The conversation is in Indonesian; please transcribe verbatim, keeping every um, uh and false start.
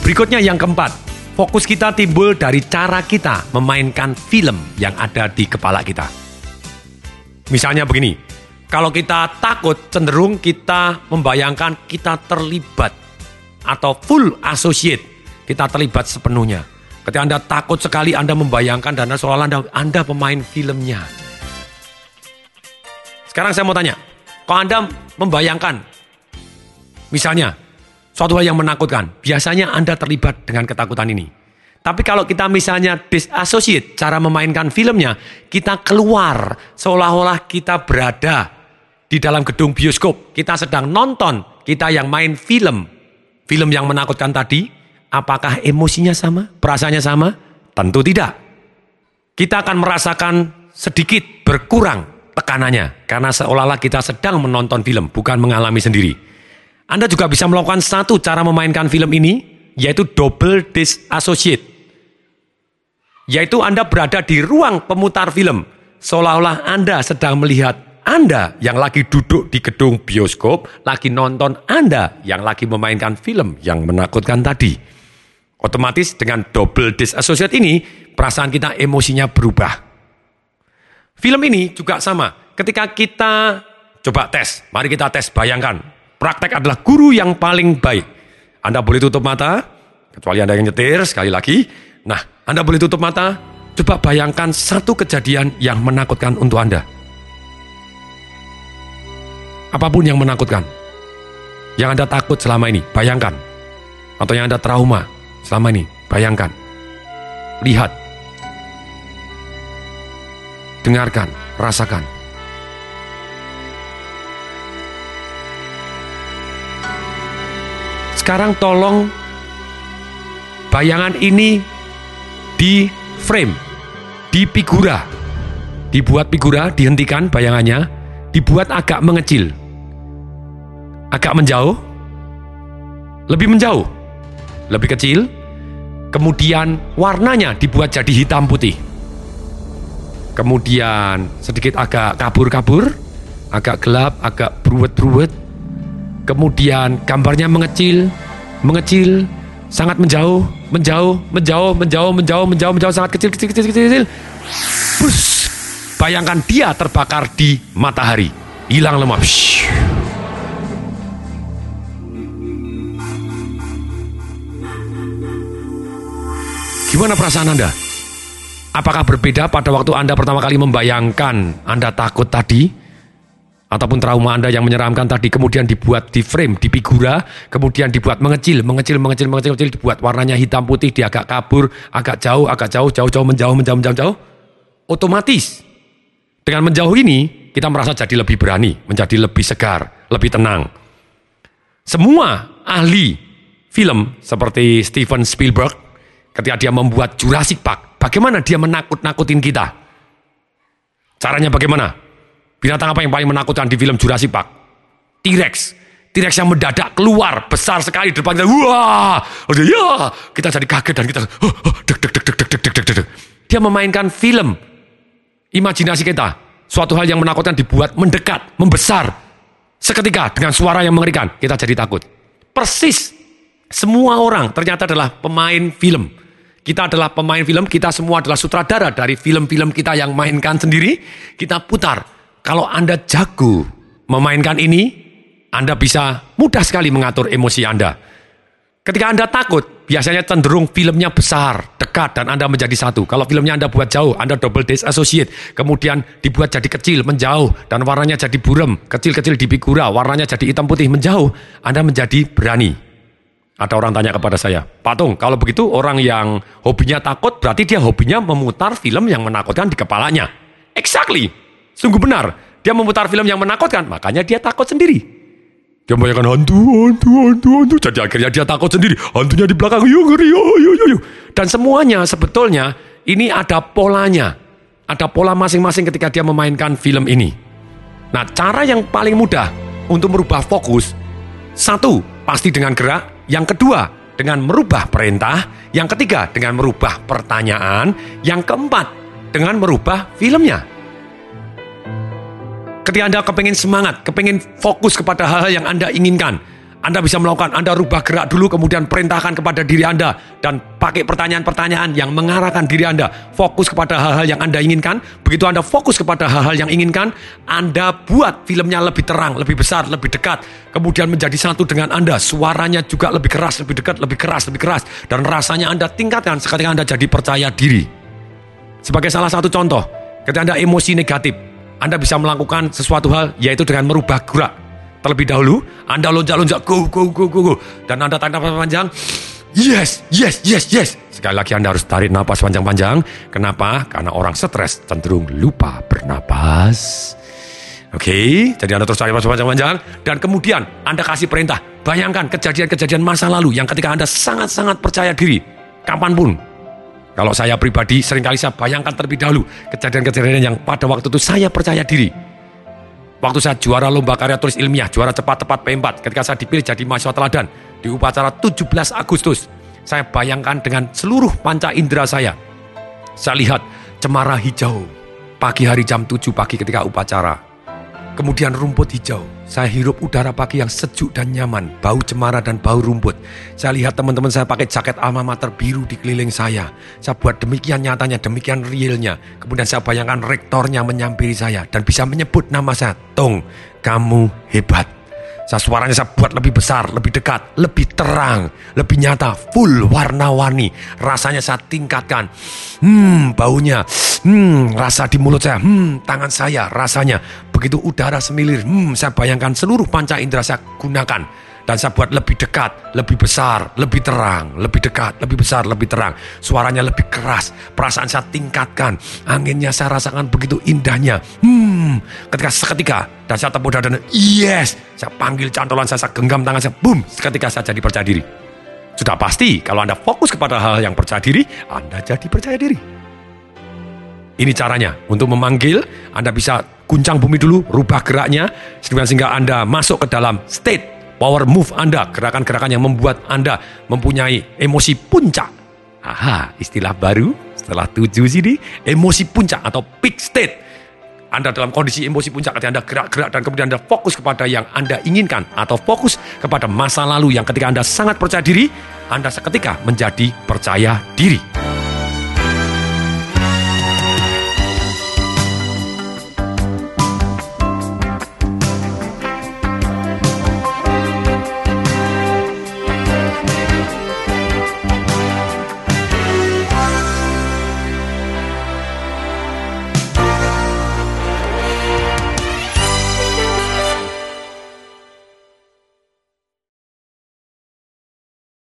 Berikutnya yang keempat, fokus kita timbul dari cara kita memainkan film yang ada di kepala kita. Misalnya begini, kalau kita takut cenderung kita membayangkan kita terlibat atau full associate, kita terlibat sepenuhnya. Ketika Anda takut sekali, Anda membayangkan dan seolah-olah Anda, Anda pemain filmnya. Sekarang saya mau tanya, kalau Anda membayangkan, misalnya, suatu hal yang menakutkan, biasanya Anda terlibat dengan ketakutan ini. Tapi kalau kita misalnya disassociate, cara memainkan filmnya, kita keluar, seolah-olah kita berada di dalam gedung bioskop. Kita sedang nonton, kita yang main film. Film yang menakutkan tadi, apakah emosinya sama? Perasaannya sama? Tentu tidak. Kita akan merasakan sedikit berkurang tekanannya. Karena seolah-olah kita sedang menonton film, bukan mengalami sendiri. Anda juga bisa melakukan satu cara memainkan film ini, yaitu double disassociate. Yaitu Anda berada di ruang pemutar film. Seolah-olah Anda sedang melihat Anda yang lagi duduk di gedung bioskop, lagi nonton Anda yang lagi memainkan film yang menakutkan tadi. Otomatis dengan double disassociate ini, perasaan kita emosinya berubah. Film ini juga sama. Ketika kita coba tes, mari kita tes, bayangkan. Praktek adalah guru yang paling baik. Anda boleh tutup mata, kecuali Anda yang nyetir, sekali lagi. Nah, Anda boleh tutup mata, coba bayangkan satu kejadian yang menakutkan untuk Anda. Apapun yang menakutkan, yang Anda takut selama ini, bayangkan. Atau yang Anda trauma selama ini, bayangkan. Lihat. Dengarkan, rasakan. Sekarang tolong bayangan ini di frame, di figura. Dibuat figura, dihentikan bayangannya, dibuat agak mengecil. Agak menjauh, lebih menjauh, lebih kecil, kemudian warnanya dibuat jadi hitam putih. Kemudian sedikit agak kabur-kabur, agak gelap, agak beruwet-beruwet. Kemudian gambarnya mengecil, mengecil, sangat menjauh, menjauh, menjauh, menjauh, menjauh, menjauh, menjauh, sangat kecil, kecil, kecil, kecil, kecil. Bus, bayangkan dia terbakar di matahari, hilang lemah. Gimana perasaan Anda? Apakah berbeda pada waktu Anda pertama kali membayangkan Anda takut tadi? Ataupun trauma Anda yang menyeramkan tadi kemudian dibuat di frame, di figura, kemudian dibuat mengecil, mengecil, mengecil, mengecil, mengecil, dibuat warnanya hitam putih, dia agak kabur, agak jauh, agak jauh, jauh, jauh, menjauh, menjauh, menjauh, jauh. Otomatis dengan menjauh ini kita merasa jadi lebih berani, menjadi lebih segar, lebih tenang. Semua ahli film seperti Steven Spielberg ketika dia membuat Jurassic Park, bagaimana dia menakut-nakutin kita? Caranya bagaimana? Binatang apa yang paling menakutkan di film Jurassic Park? T-Rex. T-Rex yang mendadak keluar, besar sekali di depan kita. Wah, ya, kita jadi kaget dan kita oh, oh, deg, deg, deg, deg, deg, deg, deg, deg. Dia memainkan film imajinasi kita. Suatu hal yang menakutkan dibuat mendekat, membesar. Seketika dengan suara yang mengerikan, kita jadi takut. Persis semua orang ternyata adalah pemain film. Kita adalah pemain film, kita semua adalah sutradara dari film-film kita yang mainkan sendiri. Kita putar. Kalau Anda jago memainkan ini, Anda bisa mudah sekali mengatur emosi Anda. Ketika Anda takut, biasanya cenderung filmnya besar, dekat, dan Anda menjadi satu. Kalau filmnya Anda buat jauh, Anda double disassociate. Kemudian dibuat jadi kecil, menjauh, dan warnanya jadi buram. Kecil-kecil di figura, warnanya jadi hitam putih, menjauh. Anda menjadi berani. Ada orang tanya kepada saya, Pak Tung, kalau begitu orang yang hobinya takut, berarti dia hobinya memutar film yang menakutkan di kepalanya. Exactly. Sungguh benar. Dia memutar film yang menakutkan, makanya dia takut sendiri. Dia membayangkan hantu, hantu, hantu, hantu. Jadi akhirnya dia takut sendiri. Hantunya di belakang, yuk, ngeri, yuk, yuk, yuk. Dan semuanya sebetulnya ini ada polanya. Ada pola masing-masing ketika dia memainkan film ini. Nah, cara yang paling mudah untuk merubah fokus, satu, pasti dengan gerak. Yang kedua, dengan merubah perintah. Yang ketiga, dengan merubah pertanyaan. Yang keempat, dengan merubah filmnya. Ketika Anda kepingin semangat, kepingin fokus kepada hal-hal yang Anda inginkan, Anda bisa melakukan, Anda rubah gerak dulu, kemudian perintahkan kepada diri Anda. Dan pakai pertanyaan-pertanyaan yang mengarahkan diri Anda. Fokus kepada hal-hal yang Anda inginkan. Begitu Anda fokus kepada hal-hal yang inginkan, Anda buat filmnya lebih terang, lebih besar, lebih dekat. Kemudian menjadi satu dengan Anda. Suaranya juga lebih keras, lebih dekat, lebih keras, lebih keras. Dan rasanya Anda tingkatkan ketika Anda jadi percaya diri. Sebagai salah satu contoh, ketika Anda emosi negatif, Anda bisa melakukan sesuatu hal, yaitu dengan merubah gerak. Terlebih dahulu, Anda loncat-loncat, go, go, go, go, go. Dan Anda tarik nafas panjang, yes, yes, yes, yes. Sekali lagi Anda harus tarik nafas panjang-panjang. Kenapa? Karena orang stres cenderung lupa bernapas. Oke, okay, jadi Anda terus tarik nafas panjang-panjang. Dan kemudian Anda kasih perintah. Bayangkan kejadian-kejadian masa lalu yang ketika Anda sangat-sangat percaya diri. Kapanpun. Kalau saya pribadi, seringkali saya bayangkan terlebih dahulu kejadian-kejadian yang pada waktu itu saya percaya diri. Waktu saya juara lomba karya tulis ilmiah, juara cepat-tepat P empat, ketika saya dipilih jadi mahasiswa teladan di upacara tujuh belas Agustus, saya bayangkan dengan seluruh panca indera saya. Saya lihat cemara hijau pagi hari jam tujuh pagi ketika upacara. Kemudian rumput hijau. Saya hirup udara pagi yang sejuk dan nyaman, bau cemara dan bau rumput. Saya lihat teman-teman saya pakai jaket alma mater biru di keliling saya. Saya buat demikian nyatanya, demikian realnya. Kemudian saya bayangkan rektornya menyampiri saya dan bisa menyebut nama saya. Tong, kamu hebat. Saya suaranya saya buat lebih besar, lebih dekat, lebih terang, lebih nyata, full warna-warni. Rasanya saya tingkatkan. Hmm, baunya. Hmm, rasa di mulut saya. Hmm, tangan saya, rasanya. Begitu udara semilir, hmm, saya bayangkan seluruh panca indera saya gunakan. Dan saya buat lebih dekat, lebih besar, lebih terang, lebih dekat, lebih besar, lebih terang. Suaranya lebih keras, perasaan saya tingkatkan. Anginnya saya rasakan begitu indahnya. Hmm, ketika seketika, dan saya tepuk dada dan yes, saya panggil cantolan saya, saya genggam tangan saya, boom, seketika saya jadi percaya diri. Sudah pasti, kalau Anda fokus kepada hal yang percaya diri, Anda jadi percaya diri. Ini caranya, untuk memanggil, Anda bisa guncang bumi dulu, rubah geraknya, sehingga Anda masuk ke dalam state power move Anda, gerakan-gerakan yang membuat Anda mempunyai emosi puncak. Aha, istilah baru setelah tujuh sini, emosi puncak atau peak state. Anda dalam kondisi emosi puncak ketika Anda gerak-gerak dan kemudian Anda fokus kepada yang Anda inginkan atau fokus kepada masa lalu yang ketika Anda sangat percaya diri, Anda seketika menjadi percaya diri.